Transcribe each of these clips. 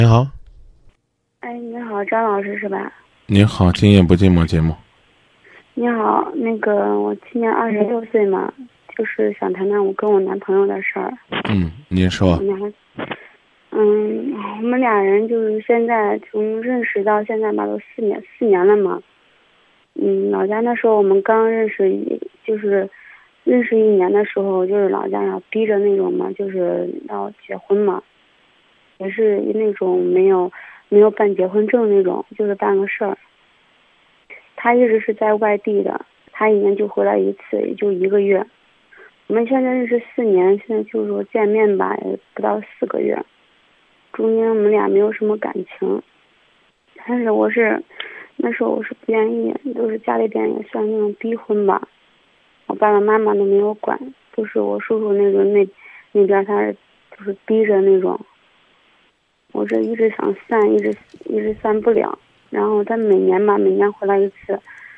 你好， 哎，你好，张老师是吧？ 你好，今夜不寂寞节目。 你好，我今年26岁嘛，就是想谈谈我跟我男朋友的事儿。 您说。 我们俩人就是现在从认识到现在吧，都四年了嘛。老家那时候我们刚认识就是认识1年的时候，就是老家要逼着那种嘛，就是要结婚嘛，也是那种没有办结婚证那种，就是办个事儿。他一直是在外地的，他1年就回来一次，也就1个月。我们现在认识4年，现在就是说见面吧，也不到4个月，中间我们俩没有什么感情。但是那时候我是不愿意，都是家里边也算那种逼婚吧，我爸爸妈妈都没有管，都是我叔叔那边他是就是逼着那种。我这一直想散，一直散不了。然后他每年回来一次，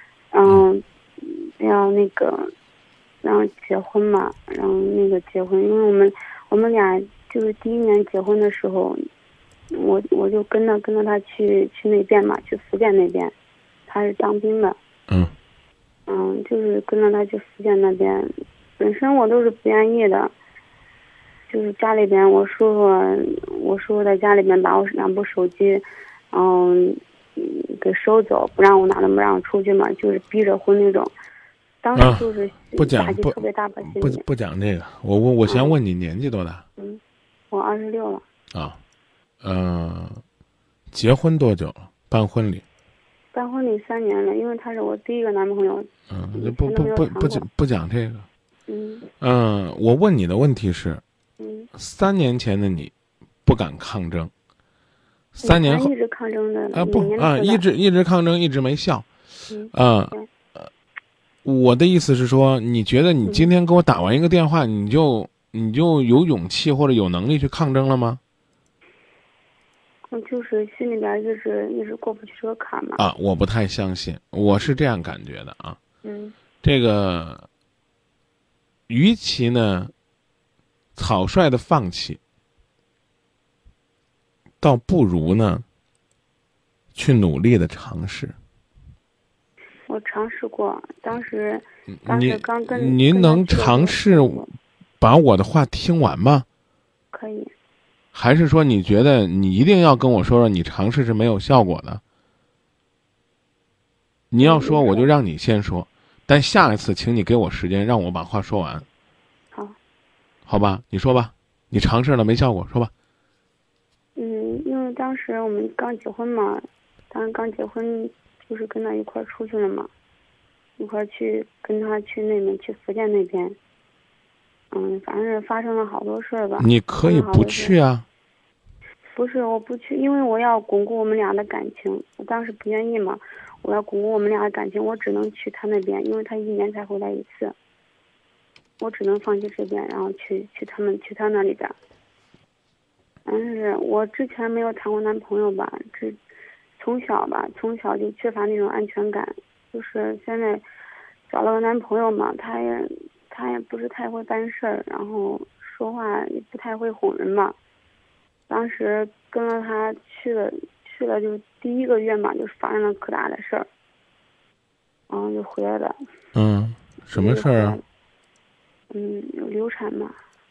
然后结婚嘛，然后结婚，因为我们俩就是第1年结婚的时候，我就跟着他去那边嘛，去福建那边，他是当兵的，就是跟着他去福建那边，本身我都是不愿意的，就是家里边我叔叔在家里边把我2部手机，给收走，不让我哪都不让我出去嘛，就是逼着婚那种。当时就是打击特别大吧， 不讲这个。我先问你年纪多大？ 我26了。 结婚多久了？办婚礼？ 办婚礼3年了，因为他是我第一个男朋友。 不讲这个。我问你的问题是，3年前的你不敢抗争，3年后一直抗争的一直抗争，一直没效。我的意思是说，你觉得你今天给我打完一个电话，你就有勇气或者有能力去抗争了吗？ 我就是心里边一直过不去这个坎嘛。 我不太相信，我是这样感觉的啊。这个，与其呢草率的放弃，倒不如呢去努力的尝试。 我尝试过，当时刚跟您能尝试把我的话听完吗？ 可以。 还是说你觉得你一定要跟我说说你尝试是没有效果的？你要说我就让你先说，但下一次请你给我时间让我把话说完。好吧，你说吧，你尝试了没效果，说吧。 因为当时我们刚结婚嘛，刚结婚就是跟他一块出去了嘛，一块跟他去那边去福建那边。反正发生了好多事儿吧。 你可以不去啊。 不是，我不去，因为我要巩固我们俩的感情。我当时不愿意嘛，我要巩固我们俩的感情，我只能去他那边，因为他1年才回来一次。我只能放弃这边，然后去他那里边。但是我之前没有谈过男朋友吧，从小就缺乏那种安全感，就是现在找了个男朋友嘛，他也不是太会办事儿，然后说话也不太会哄人嘛。当时跟了他去了，就第1个月嘛，就发生了可大的事儿，然后就回来了。 什么事儿啊？ 有流产嘛。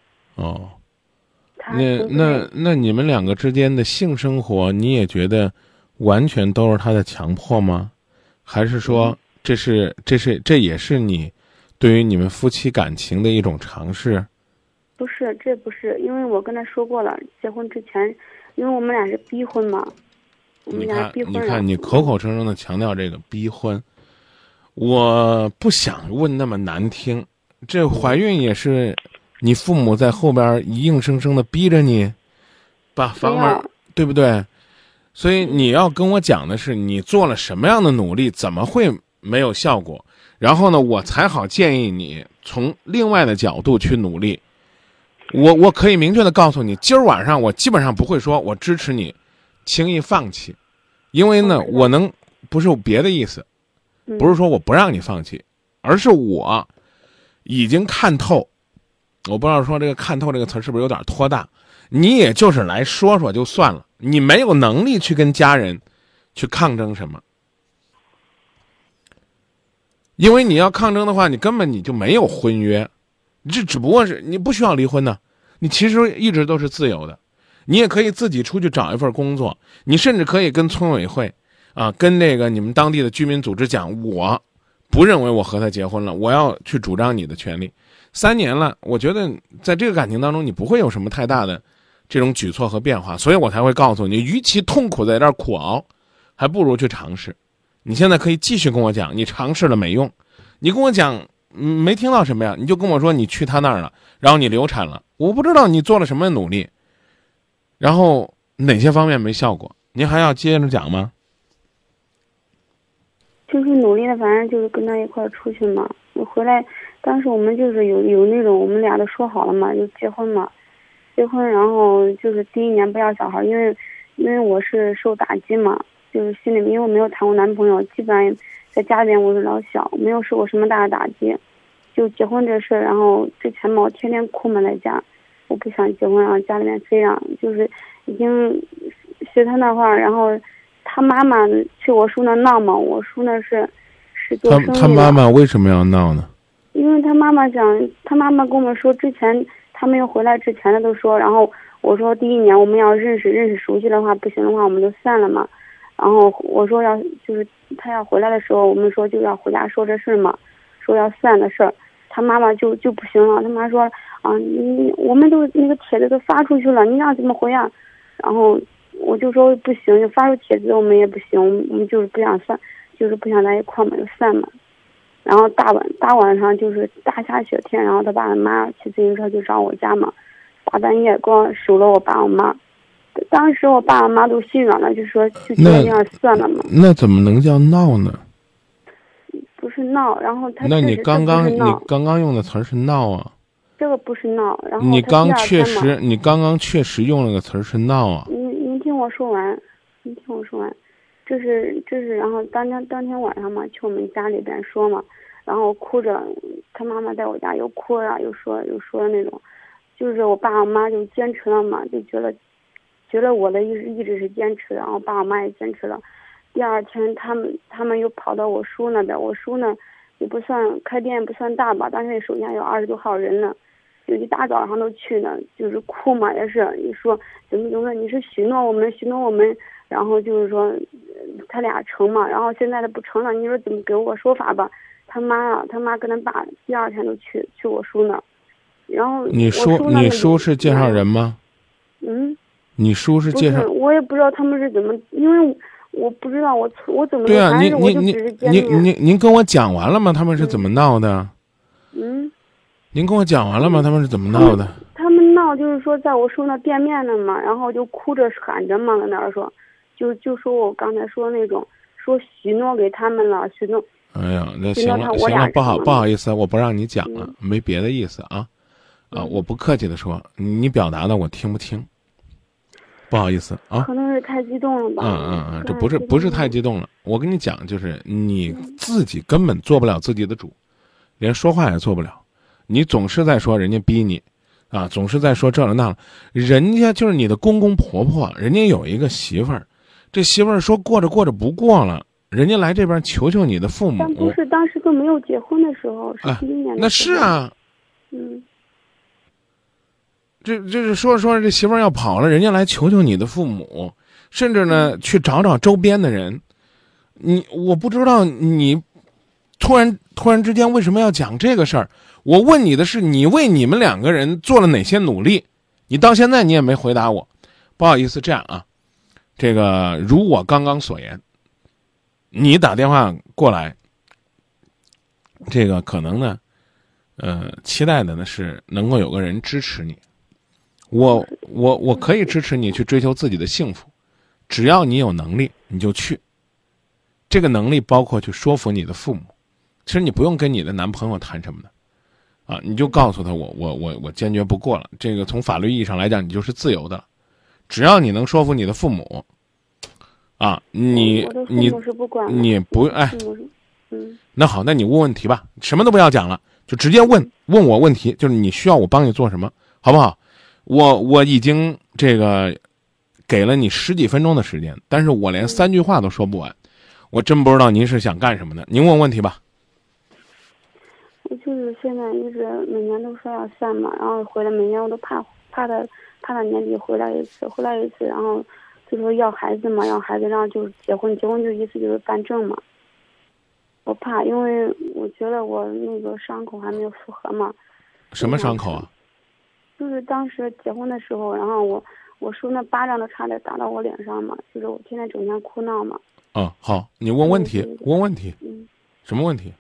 那你们2个之间的性生活，你也觉得完全都是他的强迫吗？还是说这也是你对于你们夫妻感情的一种尝试？ 不是，这不是，因为我跟他说过了，结婚之前，因为我们俩是逼婚嘛， 你看，你口口声声的强调这个逼婚，我不想问那么难听，这怀孕也是你父母在后边硬生生的逼着你把房门，对不对？所以你要跟我讲的是你做了什么样的努力，怎么会没有效果？然后呢，我才好建议你从另外的角度去努力。我可以明确的告诉你，今儿晚上我基本上不会说我支持你轻易放弃，因为呢，我能不是别的意思，不是说我不让你放弃，而是我已经看透。我不知道说这个看透这个词是不是有点拖大， 你也就是来说说就算了，你没有能力去跟家人去抗争什么。因为你要抗争的话，你根本你就没有婚约，这只不过是你不需要离婚呢，你其实一直都是自由的，你也可以自己出去找一份工作，你甚至可以跟村委会跟那个你们当地的居民组织讲，我不认为我和他结婚了，我要去主张你的权利。3年了，我觉得在这个感情当中你不会有什么太大的这种举措和变化，所以我才会告诉你，与其痛苦在这儿苦熬，还不如去尝试。你现在可以继续跟我讲，你尝试了没用，你跟我讲没听到什么呀，你就跟我说你去他那儿了，然后你流产了，我不知道你做了什么努力，然后哪些方面没效果，您还要接着讲吗？ 就是努力的，反正就是跟他一块儿出去嘛。我回来，当时我们就是有那种，我们俩都说好了嘛，就结婚嘛。结婚，然后就是第1年不要小孩，因为我是受打击嘛，就是心里面，因为我没有谈过男朋友，基本上在家里边我是老小，没有受过什么大的打击。就结婚这事，然后之前嘛，我天天哭嘛在家，我不想结婚，然后家里面非让，就是已经学他那话，然后他妈妈去我叔那闹嘛，我叔那是做生意的。 他妈妈为什么要闹呢？ 因为他妈妈跟我们说，之前他没有回来之前的都说，然后我说第1年我们要认识熟悉的话，不行的话我们就散了嘛。然后我说就是他要回来的时候，我们说就要回家说这事嘛，说要散的事儿。他妈妈就不行了，他妈说我们都那个帖子都发出去了，你让怎么回啊？然后我就说不行，就发出帖子我们也不行，我们就是不想散，就是不想在一块嘛，就散嘛。然后大晚上就是大下雪天，然后他爸他妈骑自行车就找我家嘛，大半夜光守了我爸我妈。当时我爸我妈都心软了，就说就决定要算了嘛。 那怎么能叫闹呢？ 不是闹，然后他那你刚刚用的词儿是闹啊？ 这个不是闹，然后你刚刚确实用了个词儿是闹啊。 您听我说完，这是，然后当天晚上嘛，去我们家里边说嘛，然后哭着，他妈妈在我家又哭啊，又说那种，就是我爸我妈就坚持了嘛，就觉得我的意志是坚持，然后爸我妈也坚持了。第2天他们又跑到我叔那边，我叔呢也不算开店也不算大吧，但是手下有20多号人呢，就一大早上都去呢，就是哭嘛，也是你说怎么你是许诺我们，然后就是说他俩成嘛，然后现在他不成了，你说怎么给我个说法吧？他妈跟他爸第2天都去我叔那，然后你叔是介绍人吗？你叔是介绍？ 我也不知道他们是怎么，因为我不知道我怎么对啊，您跟我讲完了吗？他们是怎么闹的？您跟我讲完了吗？他们是怎么闹的？ 他们闹就是说在我叔那店面呢嘛，然后就哭着喊着嘛，在那儿说，就说我刚才说的那种，说许诺给他们了，许诺。 哎呀，那行了，不好意思，我不让你讲了，没别的意思啊，我不客气的说，你表达的我听不清。不好意思啊， 可能是太激动了吧。 这不是太激动了。我跟你讲，就是你自己根本做不了自己的主，连说话也做不了。你总是在说人家逼你，总是在说这了那了。人家就是你的公公婆婆，人家有一个媳妇儿，这媳妇儿说过着过着不过了，人家来这边求求你的父母。 但不是当时都没有结婚的时候，是第1年的时候。 那是啊。这是说这媳妇儿要跑了，人家来求求你的父母，甚至呢去找周边的人。我不知道你突然之间为什么要讲这个事儿？我问你的是，你为你们2个人做了哪些努力？你到现在你也没回答我。不好意思，这样啊，这个如我刚刚所言，你打电话过来，这个可能呢，期待的呢是能够有个人支持你。我可以支持你去追求自己的幸福，只要你有能力，你就去。这个能力包括去说服你的父母。其实你不用跟你的男朋友谈什么的，你就告诉他我坚决不过了。这个从法律意义上来讲，你就是自由的。只要你能说服你的父母，你不那好，那你问问题吧，什么都不要讲了，就直接问我问题，就是你需要我帮你做什么，好不好？ 我已经这个给了你十几分钟的时间，但是我连3句话都说不完，我真不知道您是想干什么呢？您问问题吧。 我就是现在一直每年都说要散嘛，然后回来每年我都怕他年底回来一次，然后就说要孩子嘛，然后就是结婚就意思就是办证嘛。我怕，因为我觉得我那个伤口还没有复合嘛。 什么伤口啊？ 就是当时结婚的时候，然后我说那巴掌都差点打到我脸上嘛，就是我天天整天哭闹嘛。 好，你问问题，问问题。什么问题？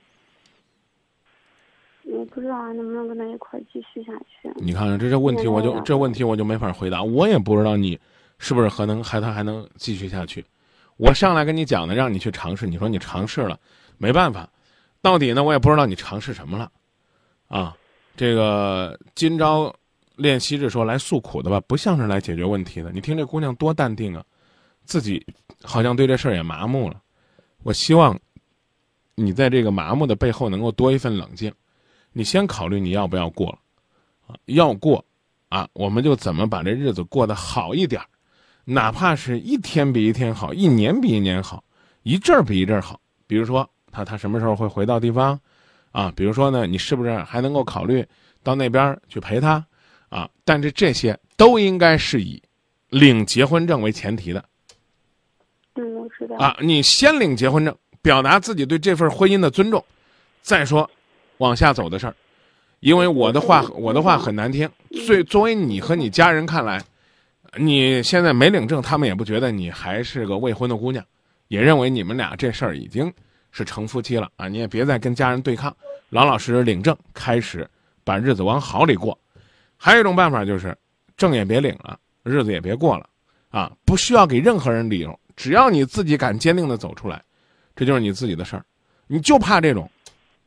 我不知道还能不能跟他一块继续下去。 你看这问题我就没法回答，我也不知道你是不是还能继续下去。我上来跟你讲的，让你去尝试，你说你尝试了，没办法，到底呢我也不知道你尝试什么了，啊，这个今朝练习着说来诉苦的吧，不像是来解决问题的。你听这姑娘多淡定啊，自己好像对这事儿也麻木了。我希望你在这个麻木的背后能够多一份冷静。你先考虑你要不要过了，要过，我们就怎么把这日子过得好一点，哪怕是一天比一天好，一年比一年好，一阵儿比一阵儿好。比如说他什么时候会回到地方，比如说呢，你是不是还能够考虑到那边去陪他，但是这些都应该是以领结婚证为前提的。 我知道。 你先领结婚证，表达自己对这份婚姻的尊重，再说往下走的事儿。因为我的话很难听，作为你和你家人看来，你现在没领证，他们也不觉得你还是个未婚的姑娘，也认为你们俩这事儿已经是成夫妻了你也别再跟家人对抗，老老实实领证，开始把日子往好里过。还有一种办法就是证也别领了，日子也别过了不需要给任何人理由，只要你自己敢坚定的走出来，这就是你自己的事儿。你就怕这种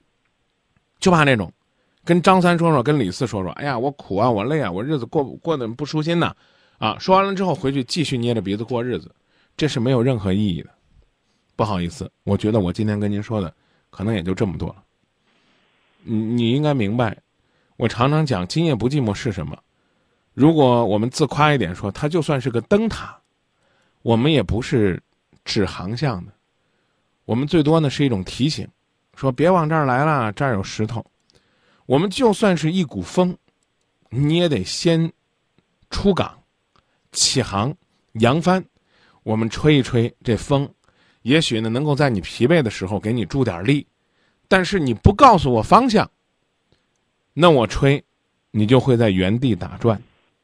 跟张三说说，跟李四说说，哎呀我苦我累我日子过得不舒心呐说完了之后回去继续捏着鼻子过日子，这是没有任何意义的。不好意思，我觉得我今天跟您说的可能也就这么多了。你应该明白，我常常讲今夜不寂寞是什么。如果我们自夸一点说，它就算是个灯塔，我们也不是指航向的，我们最多呢是一种提醒，说别往这儿来了，这儿有石头。我们就算是一股风，你也得先出港起航扬帆，我们吹一吹这风，也许呢能够在你疲惫的时候给你助点力。但是你不告诉我方向，那我吹你就会在原地打转。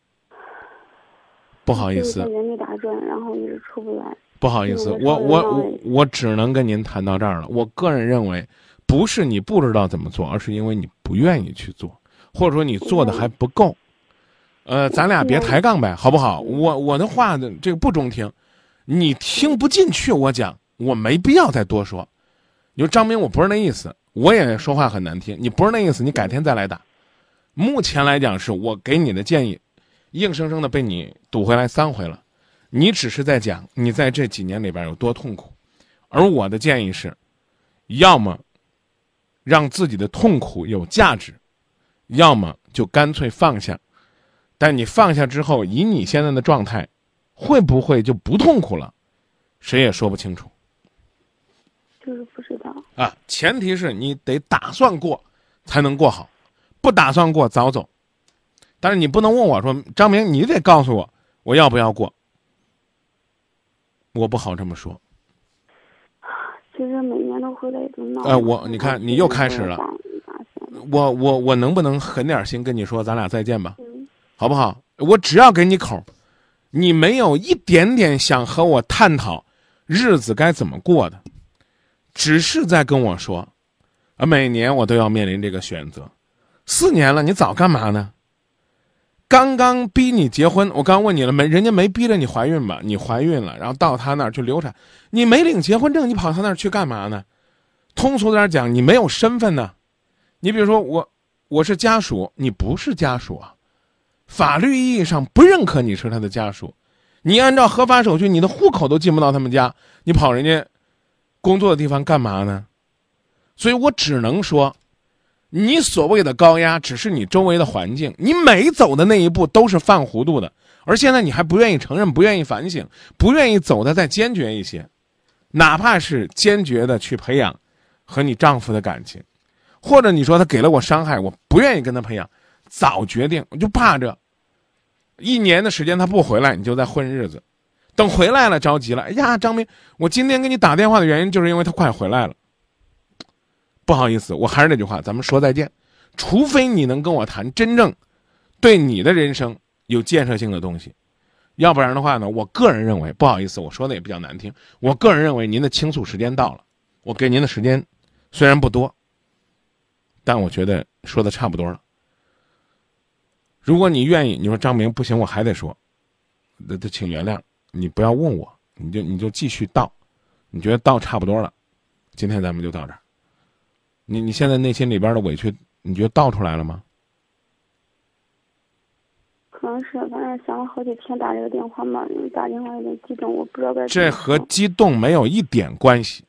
不好意思， 在原地打转，然后一直出不来。 不好意思，我只能跟您谈到这儿了。我个人认为，不是你不知道怎么做，而是因为你不愿意去做，或者说你做的还不够。咱俩别抬杠呗，好不好？我的话呢，这个不中听，你听不进去。我讲，我没必要再多说。你说张明，我不是那意思，我也说话很难听。你不是那意思，你改天再来打。目前来讲，是我给你的建议，硬生生的被你堵回来3回了。你只是在讲你在这几年里边有多痛苦，而我的建议是，要么让自己的痛苦有价值，要么就干脆放下。但你放下之后，以你现在的状态，会不会就不痛苦了？谁也说不清楚。 就是不知道前提是你得打算过，才能过好。不打算过，早走。但是你不能问我说，张明，你得告诉我，我要不要过？我不好这么说。 其实每年都回来一种闹。 你看你又开始了。我能不能狠点心跟你说，咱俩再见吧，好不好？我只要给你口，你没有一点点想和我探讨日子该怎么过的，只是在跟我说，每年我都要面临这个选择。4年了，你早干嘛呢？刚刚逼你结婚，我刚问你了没？人家没逼着你怀孕吧？你怀孕了，然后到他那儿去流产，你没领结婚证，你跑他那儿去干嘛呢？通俗点讲，你没有身份呢。你比如说我是家属，你不是家属啊，法律意义上不认可你是他的家属。你按照合法手续，你的户口都进不到他们家，你跑人家工作的地方干嘛呢？所以我只能说， 你所谓的高压，只是你周围的环境，你每走的那一步都是犯糊涂的。而现在你还不愿意承认，不愿意反省，不愿意走得再坚决一些，哪怕是坚决的去培养和你丈夫的感情，或者你说他给了我伤害，我不愿意跟他培养，早决定，我就怕这1年的时间他不回来，你就在混日子，等回来了着急了，哎呀，张明，我今天给你打电话的原因就是因为他快回来了。不好意思，我还是那句话，咱们说再见。除非你能跟我谈真正对你的人生有建设性的东西，要不然的话呢，我个人认为，不好意思，我说的也比较难听，我个人认为您的倾诉时间到了，我给您的时间虽然不多，但我觉得说的差不多了。如果你愿意，你说张明不行，我还得说，那请原谅，你不要问我，你就继续道，你觉得道差不多了，今天咱们就到这儿。你现在内心里边的委屈，你觉得道出来了吗？ 可能是，反正想了好几天打这个电话嘛，因为打电话有点激动，我不知道该。 这和激动没有一点关系，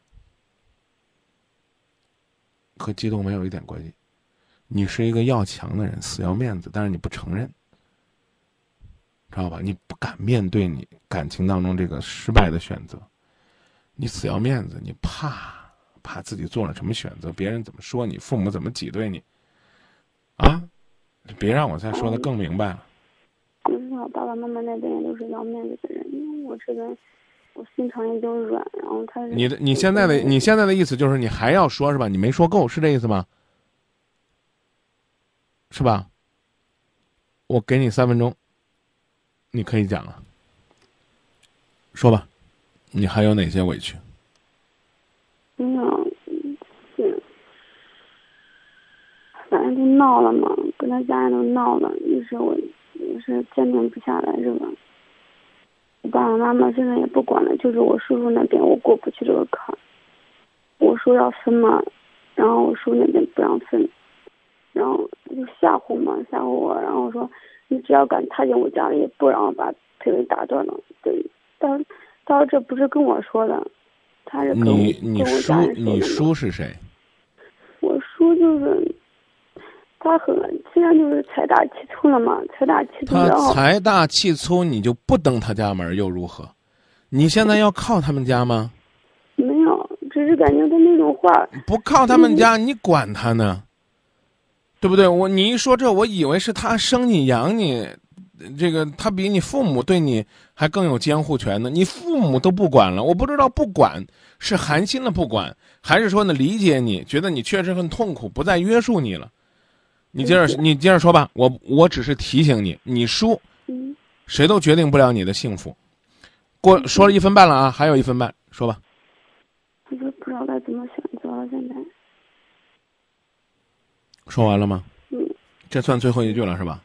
和激动没有一点关系。你是一个要强的人，死要面子，但是你不承认，知道吧？你不敢面对你感情当中这个失败的选择，你死要面子，你怕自己做了什么选择，别人怎么说你，父母怎么挤兑你，啊！别让我再说的更明白了。 我爸爸妈妈那边也都是要面子的人，我这边我心肠也就软，然后他你现在的意思就是你还要说是吧？你没说够是这意思吗？是吧？我给你3分钟，你可以讲了，说吧，你还有哪些委屈？ 反正就闹了嘛，跟他家人都闹了，于是我也是坚定不下来这个。我爸爸妈妈现在也不管了，就是我叔叔那边我过不去这个坎儿。我说要分嘛，然后我叔那边不让分，然后就吓唬我，然后说你只要敢踏进我家里，不让我把腿给打断了。对，但是这不是跟我说的，他是跟我家人说的。 你叔是谁？ 我叔就是他虽然就是财大气粗了嘛，财大气粗。 他财大气粗，你就不登他家门又如何？你现在要靠他们家吗？ 没有，只是感觉他那种话。 不靠他们家，你管他呢？对不对？你一说这，我以为是他生你养你，这个他比你父母对你还更有监护权呢。你父母都不管了，我不知道不管是寒心了不管，还是说呢理解你，觉得你确实很痛苦，不再约束你了。你接着说吧，我只是提醒你，你叔，谁都决定不了你的幸福。说了1分半了啊，还有1分半，说吧。 我就不知道该怎么选择了，现在。 说完了吗？这算最后一句了是吧？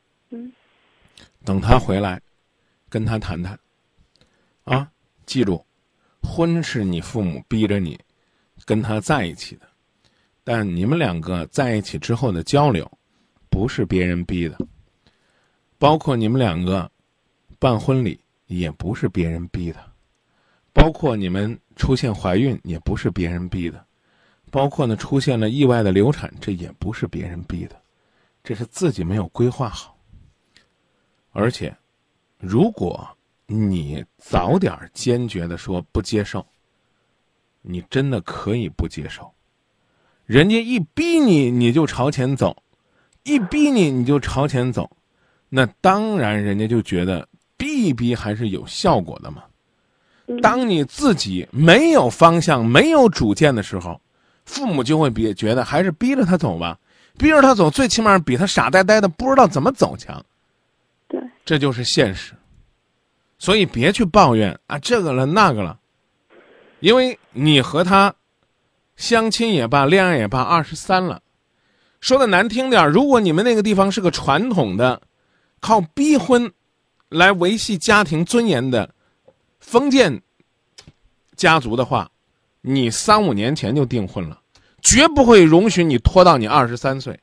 等他回来，跟他谈谈。啊，记住，婚是你父母逼着你跟他在一起的。但你们2个在一起之后的交流，不是别人逼的，包括你们2个办婚礼也不是别人逼的，包括你们出现怀孕也不是别人逼的，包括呢出现了意外的流产，这也不是别人逼的，这是自己没有规划好。而且，如果你早点坚决的说不接受，你真的可以不接受。人家一逼你，你就朝前走，一逼你，你就朝前走，那当然人家就觉得逼一逼还是有效果的嘛。当你自己没有方向、没有主见的时候，父母就会觉得还是逼着他走吧，逼着他走，最起码比他傻呆呆的不知道怎么走强。 对， 这就是现实。所以别去抱怨啊这个了那个了，因为你和他相亲也罢，恋爱也罢，23了。说的难听点，如果你们那个地方是个传统的靠逼婚来维系家庭尊严的封建家族的话，你3、5年前就订婚了，绝不会容许你拖到你23岁。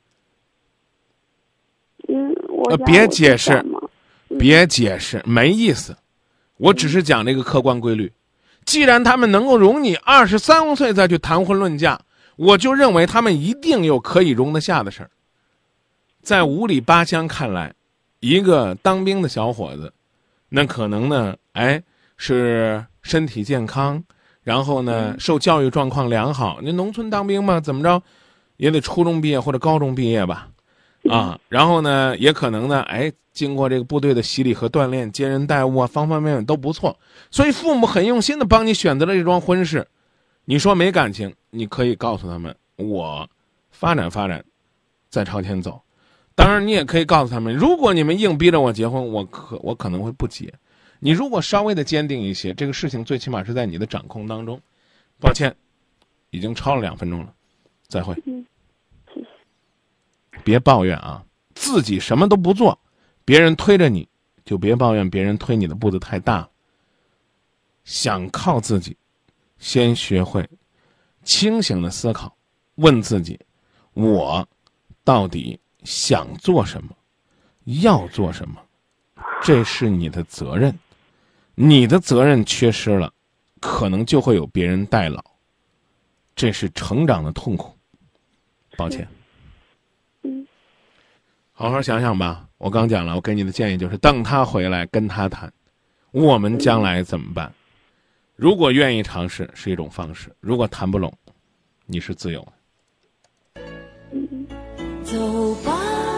别解释，别解释，没意思。我只是讲这个客观规律。既然他们能够容你23岁再去谈婚论嫁， 我就认为他们一定有可以容得下的事儿。在五里八乡看来，一个当兵的小伙子，那可能呢，是身体健康，然后呢，受教育状况良好。那农村当兵嘛，怎么着，也得初中毕业或者高中毕业吧，然后呢，也可能呢，经过这个部队的洗礼和锻炼，接人待物啊，方方面面都不错。所以父母很用心的帮你选择了这桩婚事。你说没感情，你可以告诉他们，我发展发展，再朝前走。当然，你也可以告诉他们，如果你们硬逼着我结婚，我可能会不结。你如果稍微的坚定一些，这个事情最起码是在你的掌控当中。抱歉，已经超了2分钟了，再会。 谢谢。 别抱怨啊，自己什么都不做，别人推着你，就别抱怨别人推你的步子太大。想靠自己，先学会清醒的思考，问自己，我到底想做什么，要做什么，这是你的责任。你的责任缺失了，可能就会有别人代劳，这是成长的痛苦。抱歉。好好想想吧。我刚讲了，我给你的建议就是等他回来跟他谈，我们将来怎么办。如果愿意尝试是一种方式，如果谈不拢，你是自由的。 走吧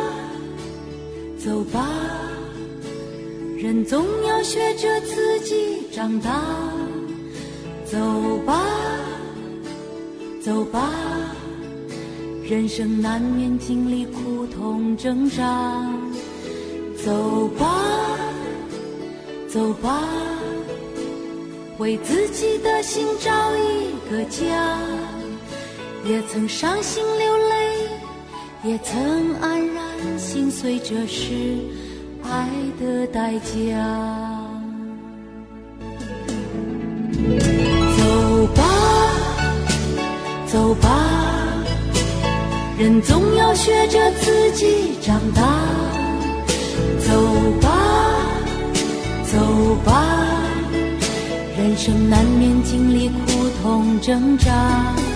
走吧，人总要学着自己长大。走吧走吧，人生难免经历苦痛挣扎。走吧走吧，为自己的心找一个家。也曾伤心流泪，也曾黯然心碎，这是爱的代价。走吧走吧，人总要学着自己长大。走吧走吧，人生难免经历苦痛挣扎。